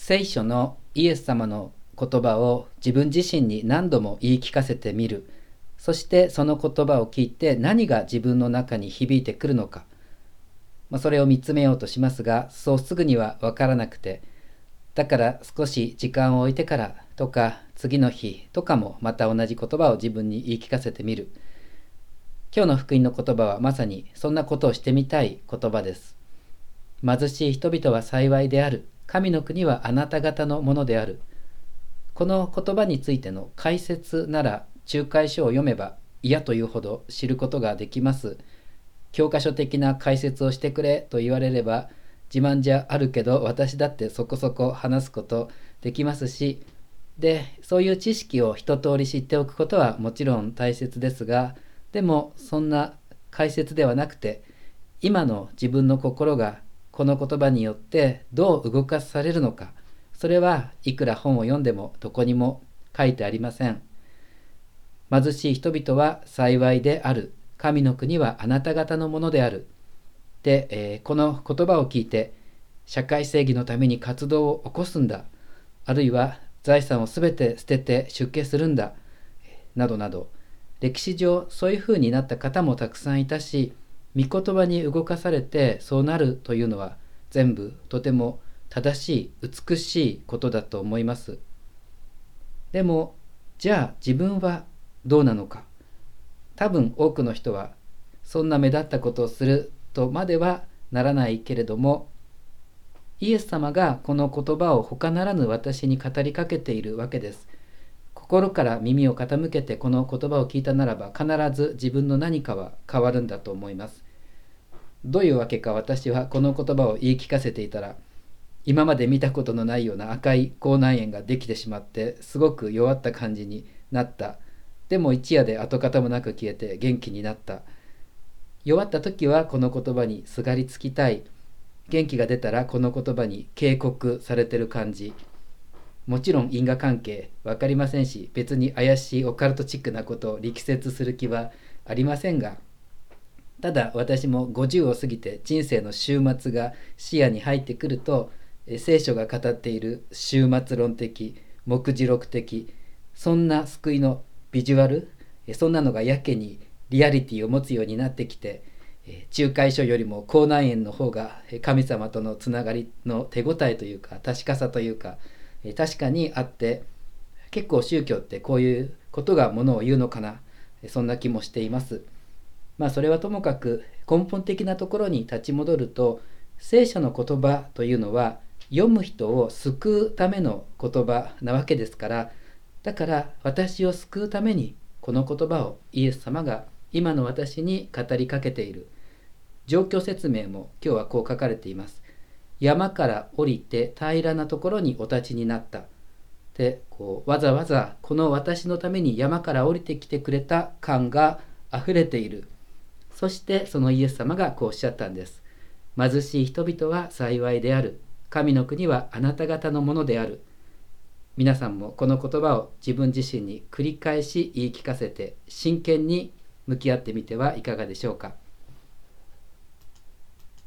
聖書のイエス様の言葉を自分自身に何度も言い聞かせてみる。そしてその言葉を聞いて何が自分の中に響いてくるのか。それを見つめようとしますが、そうすぐには分からなくて、だから少し時間を置いてからとか次の日とかもまた同じ言葉を自分に言い聞かせてみる。今日の福音の言葉はまさにそんなことをしてみたい言葉です。貧しい人々は幸いである。神の国はあなた方のものである。この言葉についての解説なら仲介書を読めば嫌というほど知ることができます。教科書的な解説をしてくれと言われれば自慢じゃあるけど私だってそこそこ話すことできますし、そういう知識を一通り知っておくことはもちろん大切ですが、でもそんな解説ではなくて、今の自分の心がこの言葉によってどう動かされるのか、それはいくら本を読んでもどこにも書いてありません。貧しい人々は幸いである。神の国はあなた方のものである。この言葉を聞いて社会正義のために活動を起こすんだ。あるいは財産をすべて捨てて出家するんだ。などなど、歴史上そういうふうになった方もたくさんいたし、御言葉に動かされてそうなるというのは全部とても正しい美しいことだと思います。でもじゃあ自分はどうなのか。多分多くの人はそんな目立ったことをするとまではならないけれども、イエス様がこの言葉を他ならぬ私に語りかけているわけです。心から耳を傾けてこの言葉を聞いたならば必ず自分の何かは変わるんだと思います。どういうわけか私はこの言葉を言い聞かせていたら、今まで見たことのないような赤い口内炎ができてしまってすごく弱った感じになった。でも一夜で跡形もなく消えて元気になった。弱った時はこの言葉にすがりつきたい。元気が出たらこの言葉に警告されてる感じ。もちろん因果関係分かりませんし、別に怪しいオカルトチックなことを力説する気はありませんが、ただ私も50を過ぎて人生の終末が視野に入ってくると、聖書が語っている終末論的、目次録的、そんな救いのビジュアル、そんなのがやけにリアリティを持つようになってきて、仲介書よりも口内炎の方が神様とのつながりの手応えというか確かさというか確かにあって、結構宗教ってこういうことがものを言うのかな、そんな気もしています。それはともかく根本的なところに立ち戻ると、聖書の言葉というのは読む人を救うための言葉なわけですから、だから私を救うためにこの言葉をイエス様が今の私に語りかけている。状況説明も今日はこう書かれています。山から降りて平らなところにお立ちになった。わざわざこの私のために山から降りてきてくれた感があふれている。そしてそのイエス様がこうおっしゃったんです。貧しい人々は幸いである。神の国はあなた方のものである。皆さんもこの言葉を自分自身に繰り返し言い聞かせて真剣に向き合ってみてはいかがでしょうか。